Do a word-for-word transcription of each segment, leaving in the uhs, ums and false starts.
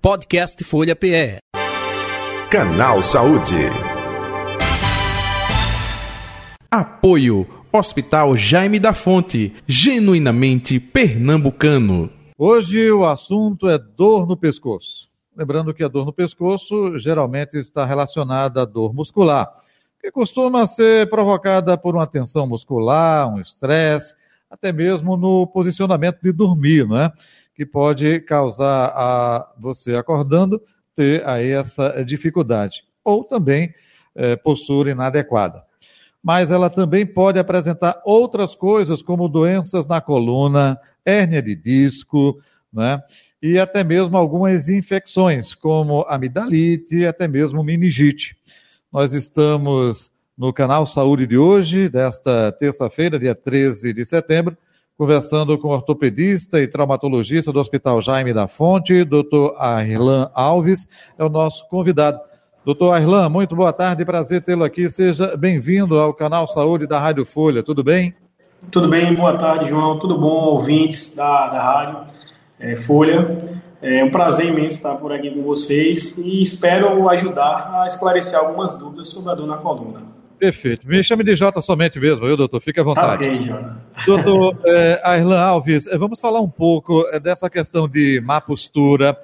Podcast Folha P E. Canal Saúde. Apoio Hospital Jaime da Fonte, genuinamente pernambucano. Hoje o assunto é dor no pescoço. Lembrando que a dor no pescoço geralmente está relacionada à dor muscular, que costuma ser provocada por uma tensão muscular, um estresse, até mesmo no posicionamento de dormir, não é? Que pode causar a você acordando ter aí essa dificuldade, ou também é, postura inadequada. Mas ela também pode apresentar outras coisas, como doenças na coluna, hérnia de disco, né? E até mesmo algumas infecções, como amidalite e até mesmo meningite. Nós estamos no Canal Saúde de hoje, desta terça-feira, dia treze de setembro, conversando com o ortopedista e traumatologista do Hospital Jaime da Fonte, doutor Airlan Alves, é o nosso convidado. doutor Airlan, muito boa tarde, prazer tê-lo aqui, seja bem-vindo ao Canal Saúde da Rádio Folha, tudo bem? Tudo bem, boa tarde, João, tudo bom, ouvintes da, da Rádio é, Folha. É um prazer imenso estar por aqui com vocês e espero ajudar a esclarecer algumas dúvidas sobre a dor na coluna. Perfeito. Me chame de Jota somente mesmo, viu, doutor? Fique à vontade. Tá ok, Jota. Doutor é, Airlan Alves, vamos falar um pouco dessa questão de má postura,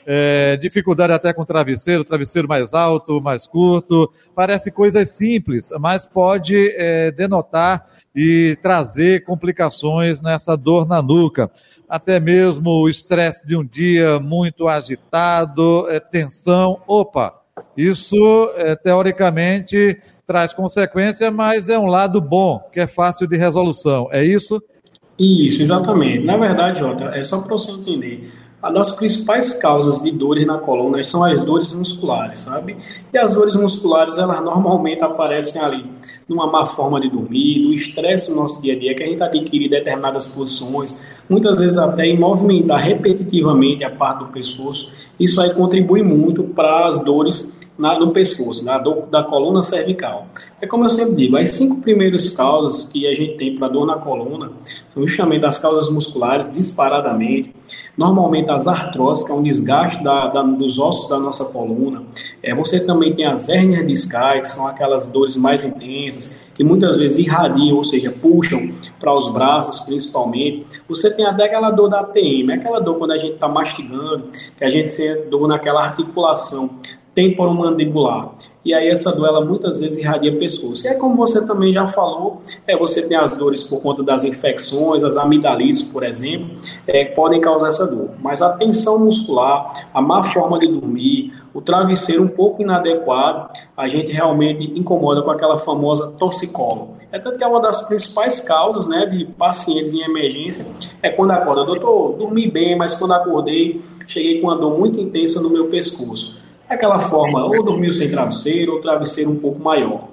é, dificuldade até com travesseiro, travesseiro mais alto, mais curto. Parece coisas simples, mas pode é, denotar e trazer complicações nessa dor na nuca. Até mesmo o estresse de um dia muito agitado, é, tensão. Opa, isso é, teoricamente traz consequência, mas é um lado bom, que é fácil de resolução. É isso? Isso, exatamente. Na verdade, Jota, é só para você entender. Uma das principais causas de dores na coluna são as dores musculares, sabe? E as dores musculares, elas normalmente aparecem ali numa má forma de dormir, no estresse do nosso dia a dia, que a gente adquire determinadas posições, muitas vezes até em movimentar repetitivamente a parte do pescoço. Isso aí contribui muito para as dores Na, no pescoço, na dor da coluna cervical. É como eu sempre digo, as cinco primeiras causas que a gente tem para dor na coluna são justamente as causas musculares, disparadamente. Normalmente as artroses, que é um desgaste da, da, dos ossos da nossa coluna. É, você também tem as hérnias discais, que são aquelas dores mais intensas, que muitas vezes irradiam, ou seja, puxam para os braços, principalmente. Você tem até aquela dor da A T M, aquela dor quando a gente está mastigando, que a gente sente dor naquela articulação temporomandibular. E aí essa dor, ela muitas vezes irradia o pescoço. E é como você também já falou, é, você tem as dores por conta das infecções, as amidalites, por exemplo, é, que podem causar essa dor. Mas a tensão muscular, a má forma de dormir, o travesseiro um pouco inadequado, a gente realmente incomoda com aquela famosa torcicolo. É tanto que é uma das principais causas, né, de pacientes em emergência, é quando acorda, doutor, dormi bem, mas quando acordei, cheguei com uma dor muito intensa no meu pescoço. Aquela forma, ou dormiu sem travesseiro, ou travesseiro um pouco maior.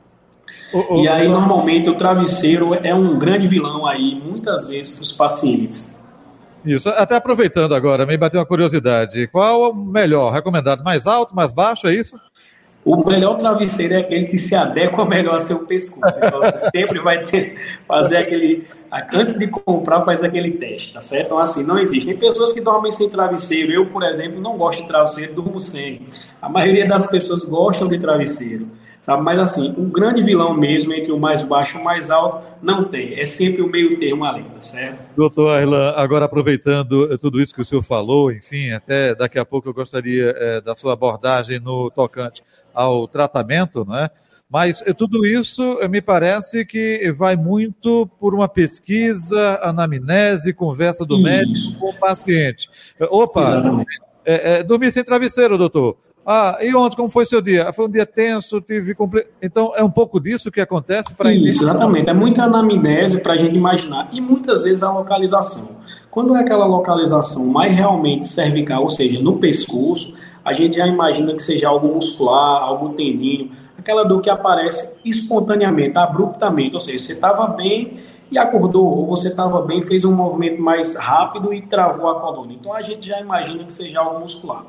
Oh, oh, e aí, normalmente, o travesseiro é um grande vilão aí, muitas vezes, para os pacientes. Isso. Até aproveitando agora, me bateu uma curiosidade. Qual o melhor? Recomendado? Mais alto, mais baixo, é isso? O melhor travesseiro é aquele que se adequa melhor ao seu pescoço. Então, você sempre vai ter fazer aquele... Antes de comprar, faz aquele teste, tá certo? Então, assim, não existe. Tem pessoas que dormem sem travesseiro. Eu, por exemplo, não gosto de travesseiro, durmo sem. A maioria das pessoas gostam de travesseiro, sabe? Mas, assim, o grande vilão mesmo, entre o mais baixo e o mais alto, não tem. É sempre o meio termo ali, tá certo? Doutor Airlan, agora aproveitando tudo isso que o senhor falou, enfim, até daqui a pouco eu gostaria é, da sua abordagem no tocante ao tratamento, né? Mas tudo isso me parece que vai muito por uma pesquisa, anamnese, conversa do isso. médico com o paciente. Opa, é, é, dormi sem travesseiro, doutor. Ah, e ontem, como foi seu dia? Foi um dia tenso, tive... Compl... Então, é um pouco disso que acontece para Isso, exatamente. É muita anamnese para a gente imaginar. E muitas vezes a localização. Quando é aquela localização mais realmente cervical, ou seja, no pescoço, a gente já imagina que seja algo muscular, algo tendíneo, aquela dor que aparece espontaneamente, abruptamente, ou seja, você estava bem e acordou, ou você estava bem, fez um movimento mais rápido e travou a coluna. Então a gente já imagina que seja algo muscular.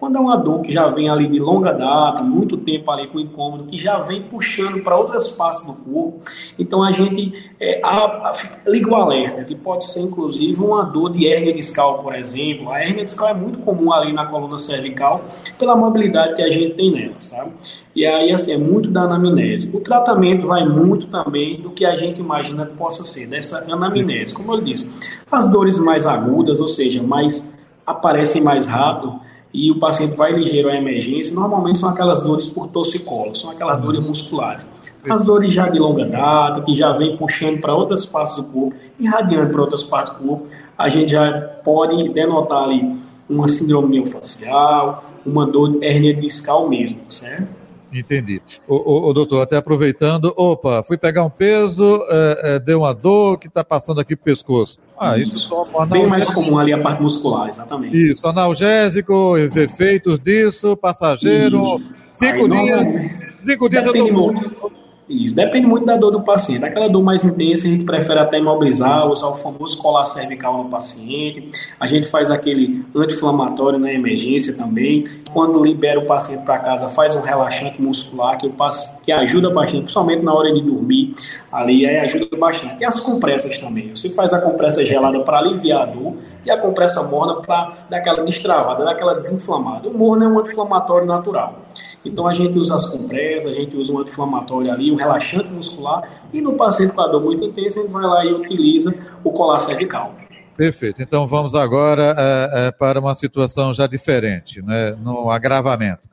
Quando é uma dor que já vem ali de longa data, muito tempo ali com incômodo, que já vem puxando para outras partes do corpo, então a gente é, a, a, liga o alerta, que pode ser inclusive uma dor de hérnia discal, por exemplo. A hérnia discal é muito comum ali na coluna cervical, pela mobilidade que a gente tem nela, sabe? E aí, assim, é muito da anamnese. O tratamento vai muito também do que a gente imagina que possa ser, dessa anamnese. Como eu disse, as dores mais agudas, ou seja, mais, aparecem mais rápido, e o paciente vai ligeiro à emergência, normalmente são aquelas dores por torcicolo, são aquelas dores musculares. As dores já de longa data, que já vem puxando para outras partes do corpo, irradiando para outras partes do corpo, a gente já pode denotar ali uma síndrome miofascial, uma dor de hérnia discal mesmo, certo? Entendi. O, o, o doutor, até aproveitando, opa, fui pegar um peso, é, é, deu uma dor que está passando aqui pro pescoço. Ah, isso só um bem mais comum ali a parte muscular, exatamente. Isso, analgésico, os efeitos disso, passageiro, isso. cinco Aí, dias, cinco dias eu tô morto. Isso, depende muito da dor do paciente. Aquela dor mais intensa, a gente prefere até imobilizar, usar o famoso colar cervical no paciente. A gente faz aquele anti-inflamatório na emergência também. Quando libera o paciente para casa, faz um relaxante muscular que, o paciente, que ajuda bastante, principalmente na hora de dormir. Ali aí ajuda bastante. E as compressas também. Você faz a compressa gelada para aliviar a dor e a compressa morna para dar aquela destravada, dar aquela desinflamada. O morno é um anti-inflamatório natural. Então a gente usa as compressas, a gente usa um anti-inflamatório ali, um relaxante muscular, e no paciente com a dor muito intensa, a gente vai lá e utiliza o colar cervical. Perfeito. Então vamos agora é, é, para uma situação já diferente, né, no agravamento.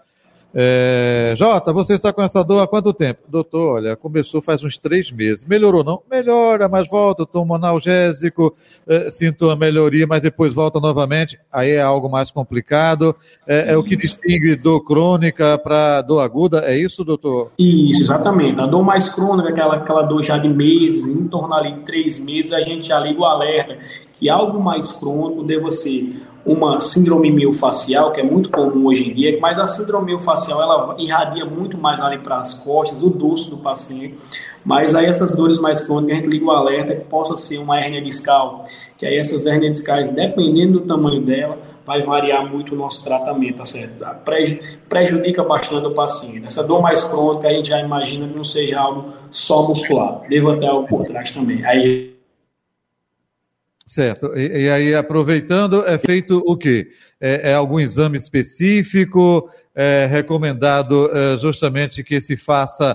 É, Jota, você está com essa dor há quanto tempo? Doutor, olha, começou faz uns três meses. Melhorou não? Melhora, mas volta, toma analgésico, é, sinto uma melhoria, mas depois volta novamente. Aí é algo mais complicado. É, é o que distingue dor crônica para dor aguda, é isso, doutor? Isso, exatamente. A dor mais crônica, aquela, aquela dor já de meses, em torno ali de três meses, a gente já liga o alerta que algo mais crônico deva ser uma síndrome miofascial, que é muito comum hoje em dia, mas a síndrome miofascial ela irradia muito mais ali para as costas, o dorso do paciente, mas aí essas dores mais crônicas, a gente liga o alerta que possa ser uma hérnia discal, que aí essas hérnias discais, dependendo do tamanho dela, vai variar muito o nosso tratamento, tá certo? Prejudica bastante o paciente. Essa dor mais crônica, a gente já imagina que não seja algo só muscular, deva ter algo por trás também. Aí Certo, e, e aí aproveitando, é feito o quê? É, é algum exame específico, é recomendado é, justamente que se faça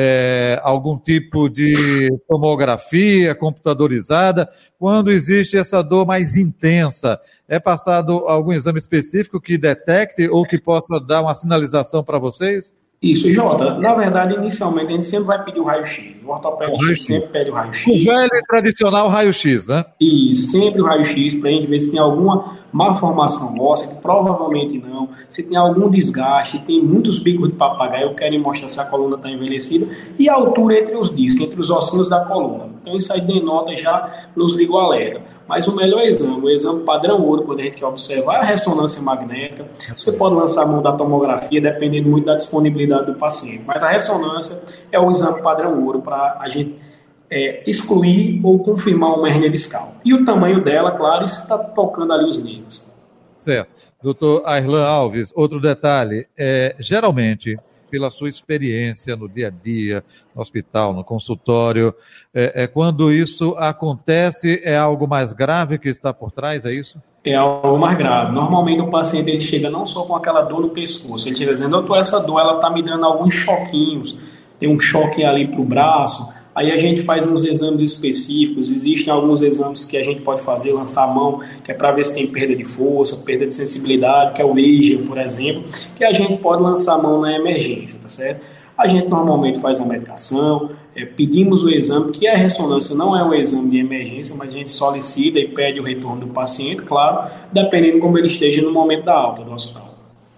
é, algum tipo de tomografia computadorizada, quando existe essa dor mais intensa, é passado algum exame específico que detecte ou que possa dar uma sinalização para vocês? Isso, Jota. Na verdade, inicialmente, a gente sempre vai pedir o raio-x. O ortopedista sempre pede o raio-x. O velho e tradicional raio-x, né? E sempre o raio-x para a gente ver se tem alguma malformação óssea, que provavelmente não. Se tem algum desgaste, tem muitos bicos de papagaio, querem mostrar se a coluna está envelhecida. E a altura entre os discos, entre os ossinhos da coluna. Então, isso aí denota já, nos liga o alerta. Mas o melhor exame, o exame padrão ouro, quando a gente quer observar, é a ressonância magnética. Você pode lançar a mão da tomografia, dependendo muito da disponibilidade do paciente. Mas a ressonância é o exame padrão ouro para a gente é, excluir ou confirmar uma hérnia discal. E o tamanho dela, claro, isso está tocando ali os nervos. Certo. Doutor Airlan Alves, outro detalhe, é, geralmente, pela sua experiência no dia a dia, no hospital, no consultório, é, é quando isso acontece, é algo mais grave que está por trás, é isso? É algo mais grave. Normalmente o paciente ele chega não só com aquela dor no pescoço, ele chega dizendo, doutor, essa dor ela está me dando alguns choquinhos, tem um choque ali para o braço, aí a gente faz uns exames específicos, existem alguns exames que a gente pode fazer, lançar a mão, que é para ver se tem perda de força, perda de sensibilidade, que é o Legion, por exemplo, que a gente pode lançar a mão na emergência, tá certo? A gente normalmente faz a medicação, é, pedimos o exame, que a ressonância não é um exame de emergência, mas a gente solicita e pede o retorno do paciente, claro, dependendo como ele esteja no momento da alta do hospital,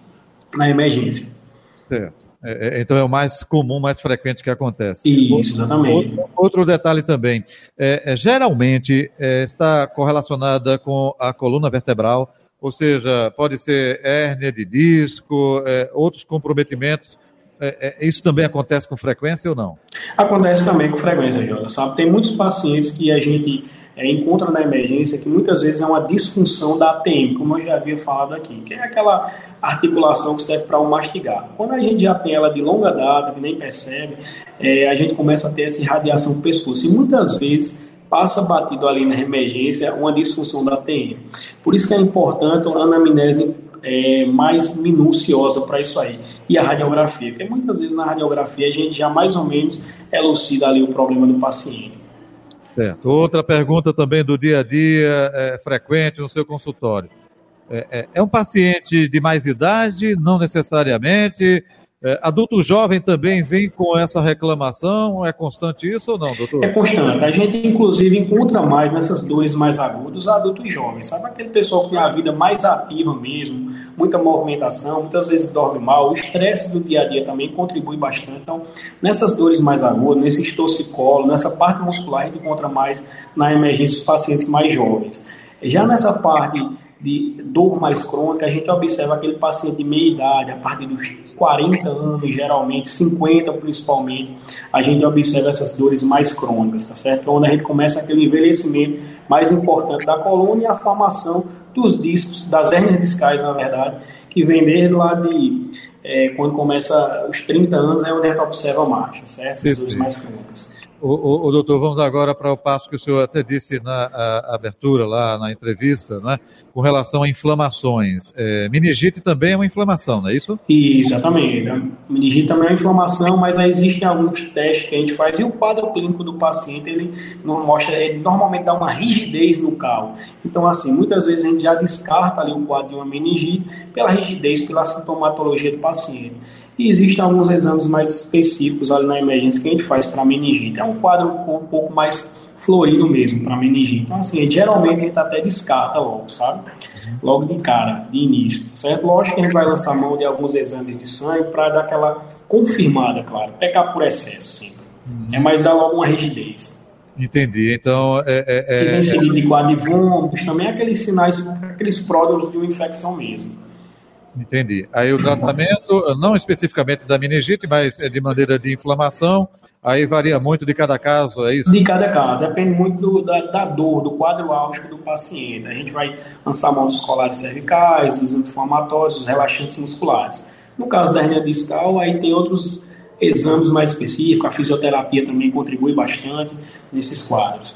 na emergência. Certo. É, então é o mais comum, mais frequente que acontece. Isso, exatamente. Outro, outro detalhe também, é, é, geralmente é, está correlacionada com a coluna vertebral, ou seja, pode ser hérnia de disco, é, outros comprometimentos. É, é, isso também acontece com frequência ou não? Acontece também com frequência, Jota, sabe? Tem muitos pacientes que a gente é, encontra na emergência que muitas vezes é uma disfunção da A T M, como eu já havia falado aqui, que é aquela articulação que serve para o mastigar. Quando a gente já tem ela de longa data, que nem percebe, é, a gente começa a ter essa irradiação do pescoço. E muitas vezes passa batido ali na emergência uma disfunção da A T M. Por isso que é importante a anamnese é, mais minuciosa para isso aí. E a radiografia, porque muitas vezes na radiografia a gente já mais ou menos elucida ali o problema do paciente. Certo. Outra pergunta também do dia a dia, é, frequente no seu consultório. É, é, é um paciente de mais idade? Não necessariamente. É, adulto jovem também vem com essa reclamação? É constante isso ou não, doutor? É constante. A gente, inclusive, encontra mais nessas dores mais agudas adultos jovens. Sabe aquele pessoal que tem a vida mais ativa mesmo, muita movimentação, muitas vezes dorme mal, o estresse do dia a dia também contribui bastante. Então, nessas dores mais agudas, nesse torcicolo, nessa parte muscular, a gente encontra mais na emergência os pacientes mais jovens. Já nessa parte de dor mais crônica, a gente observa aquele paciente de meia idade, a partir dos quarenta anos, geralmente, cinquenta principalmente, a gente observa essas dores mais crônicas, tá certo? Onde a gente começa aquele envelhecimento mais importante da coluna e a formação dos discos, das hérnias discais, na verdade, que vem desde lá de, é, quando começa os trinta anos, é onde a gente observa mais, tá certo? Essas dores mais crônicas. O, o, o doutor, vamos agora para o passo que o senhor até disse na a, abertura, lá na entrevista, né, com relação a inflamações. É, meningite também é uma inflamação, não é isso? Exatamente. A meningite também é uma inflamação, mas aí existem alguns testes que a gente faz e o quadro clínico do paciente, ele não mostra, ele normalmente dá uma rigidez no cal. Então, assim, muitas vezes a gente já descarta ali o quadro de uma meningite pela rigidez, pela sintomatologia do paciente. E existem alguns exames mais específicos ali na emergência que a gente faz para meningite. É um quadro um pouco mais florido mesmo para meningite. Então, assim, geralmente a gente até descarta logo, sabe? Logo de cara, de início, certo? Lógico que a gente vai lançar mão de alguns exames de sangue para dar aquela confirmada, claro. Pecar por excesso, sempre. Uhum. É mais dar logo uma rigidez. Entendi. Então, é... é, é... E vem seguido de quadro de vômitos, também aqueles sinais, aqueles pródromos de uma infecção mesmo. Entendi. Aí o tratamento, não especificamente da meningite, mas de maneira de inflamação, aí varia muito de cada caso, é isso? De cada caso, depende muito do, da, da dor, do quadro álgico do paciente. A gente vai lançar mão dos colares cervicais, dos anti-inflamatórios, dos relaxantes musculares. No caso da hérnia discal, aí tem outros exames mais específicos, a fisioterapia também contribui bastante nesses quadros.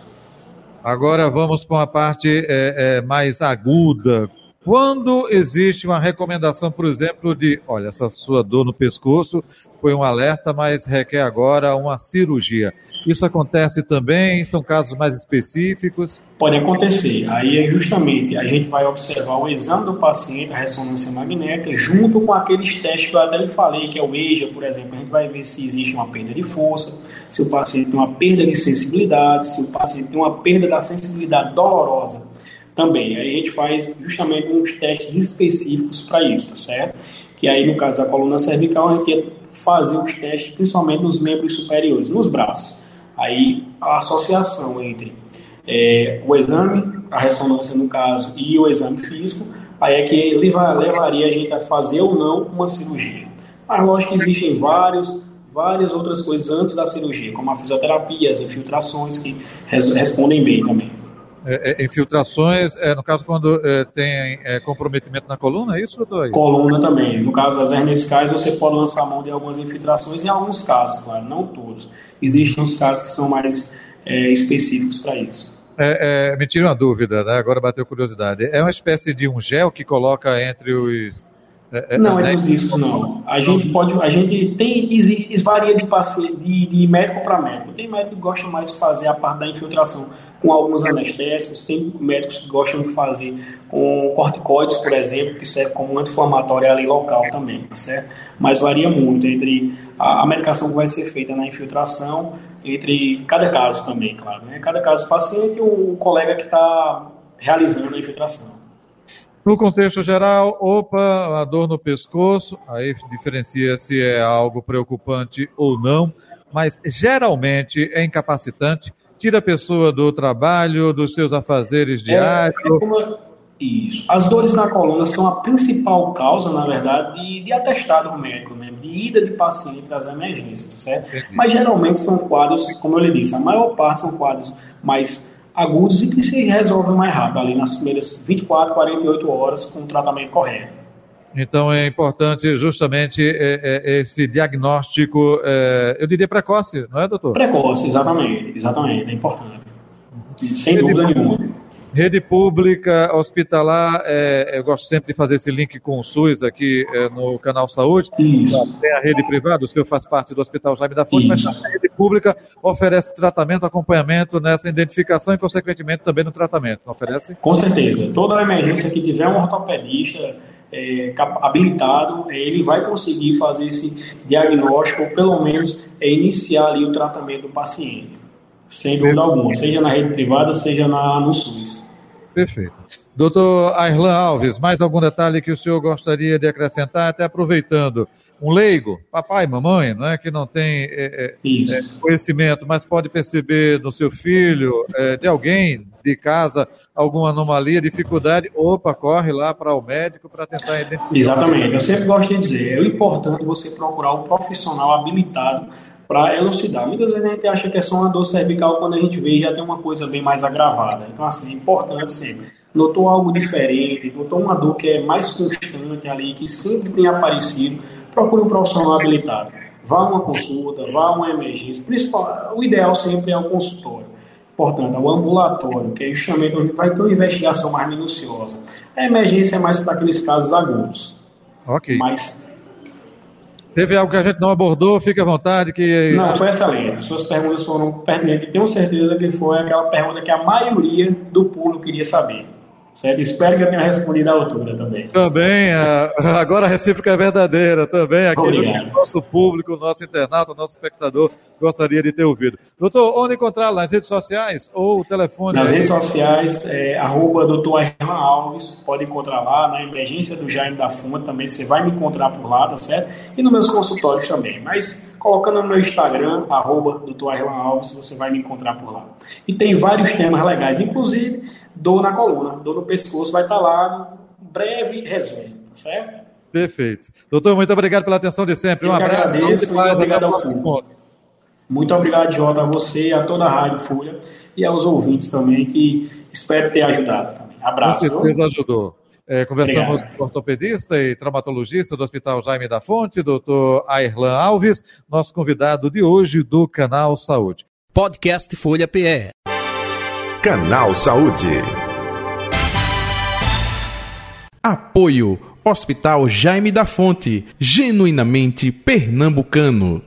Agora vamos para uma parte é, é, mais aguda. Quando existe uma recomendação, por exemplo, de, olha, essa sua dor no pescoço foi um alerta, mas requer agora uma cirurgia. Isso acontece também? São casos mais específicos? Pode acontecer. Aí é justamente, a gente vai observar o exame do paciente, a ressonância magnética, junto com aqueles testes que eu até lhe falei, que é o E J A, por exemplo. A gente vai ver se existe uma perda de força, se o paciente tem uma perda de sensibilidade, se o paciente tem uma perda da sensibilidade dolorosa. Também, aí a gente faz justamente uns testes específicos para isso, tá certo? Que aí no caso da coluna cervical a gente ia fazer os testes principalmente nos membros superiores, nos braços. Aí a associação entre é, o exame, a ressonância no caso, e o exame físico, aí é que levaria a gente a fazer ou não uma cirurgia. Mas lógico que existem vários, várias outras coisas antes da cirurgia, como a fisioterapia, as infiltrações, que res- respondem bem também. É, é, infiltrações, é, no caso quando é, tem é, comprometimento na coluna, é isso, doutor? Coluna também. No caso das hérnias discais, você pode lançar mão de algumas infiltrações em alguns casos, claro, não todos. Existem uns casos que são mais é, específicos para isso. É, é, me tira uma dúvida, né? Agora bateu curiosidade. É uma espécie de um gel que coloca entre os... É, não, é dos discos, não. A gente pode, a gente tem, existe, varia de, paciente, de, de médico para médico. Tem médico que gosta mais de fazer a parte da infiltração com alguns anestésicos, tem médicos que gostam de fazer com corticoides, por exemplo, que serve como anti-inflamatório ali local também, tá certo? Mas varia muito entre a, a medicação que vai ser feita na infiltração, entre cada caso também, claro, né? Cada caso do paciente e o colega que está realizando a infiltração. No contexto geral, opa, a dor no pescoço, aí diferencia se é algo preocupante ou não, mas geralmente é incapacitante, tira a pessoa do trabalho, dos seus afazeres diários. É, é como... Isso. As dores na coluna são a principal causa, na verdade, de, de atestado médico, né? De ida de paciente às emergências, certo? Entendi. Mas geralmente são quadros, como eu lhe disse, a maior parte são quadros mais agudos e que se resolvem mais rápido, ali nas primeiras vinte e quatro, quarenta e oito horas com o tratamento correto. Então é importante justamente é, é, esse diagnóstico, é, eu diria precoce, não é, doutor? Precoce, exatamente, exatamente, é importante. Sem dúvida nenhuma. Rede pública, hospitalar, é, eu gosto sempre de fazer esse link com o SUS aqui é, no Canal Saúde. Isso. Tem a rede privada, o senhor faz parte do Hospital Jaime da Fonte, Isso. mas a rede pública oferece tratamento, acompanhamento nessa identificação e, consequentemente, também no tratamento, não oferece? Com certeza. Toda emergência que tiver um ortopedista é, habilitado, ele vai conseguir fazer esse diagnóstico, ou pelo menos é, iniciar ali o tratamento do paciente, sem dúvida alguma, seja na rede privada, seja na, no SUS. Perfeito. Doutor Airlan Alves, mais algum detalhe que o senhor gostaria de acrescentar, até aproveitando, um leigo, papai, mamãe, não é, que não tem é, é, conhecimento, mas pode perceber no seu filho, é, de alguém de casa, alguma anomalia, dificuldade, opa, corre lá para o médico para tentar identificar. Exatamente, eu sempre gosto de dizer, é importante você procurar um profissional habilitado para elucidar. Muitas vezes a gente acha que é só uma dor cervical, quando a gente vê já tem uma coisa bem mais agravada. Então, assim, é importante sempre. Notou algo diferente, notou uma dor que é mais constante ali, que sempre tem aparecido, procure um profissional habilitado. Vá a uma consulta, vá a uma emergência. Principal, o ideal sempre é o consultório. Portanto, o ambulatório, que é justamente onde vai ter uma investigação mais minuciosa. A emergência é mais para aqueles casos agudos. Ok. Mas teve algo que a gente não abordou, fique à vontade. Que... Não, foi excelente. Suas perguntas foram pertinentes. Tenho certeza que foi aquela pergunta que a maioria do público queria saber. Certo? Espero que eu tenha respondido à altura também. Também, agora a recíproca é verdadeira, também aquilo que o nosso público, o nosso internauta, o nosso espectador gostaria de ter ouvido. Doutor, onde encontrar nas redes sociais ou o telefone? Nas redes sociais, é, arroba doutor Airlan Alves, pode encontrar lá, na emergência do Jaime da Fonte também, você vai me encontrar por lá, tá certo? E nos meus consultórios também, mas colocando no meu Instagram, arroba doutor Airlan Alves, você vai me encontrar por lá. E tem vários temas legais, inclusive dor na coluna, dor no pescoço, vai estar lá no breve resumo, tá certo? Perfeito. Doutor, muito obrigado pela atenção de sempre. Eu um abraço. Agradeço, muito obrigado ao público. Muito obrigado, Jota, a você, a toda a Rádio Folha e aos ouvintes também, que espero ter ajudado também. Abraço. Com certeza ajudou. É, conversamos Obrigado. com o ortopedista e traumatologista do Hospital Jaime da Fonte, doutor Airlan Alves, nosso convidado de hoje do Canal Saúde. Podcast Folha P E. Canal Saúde. Apoio Hospital Jaime da Fonte, genuinamente pernambucano.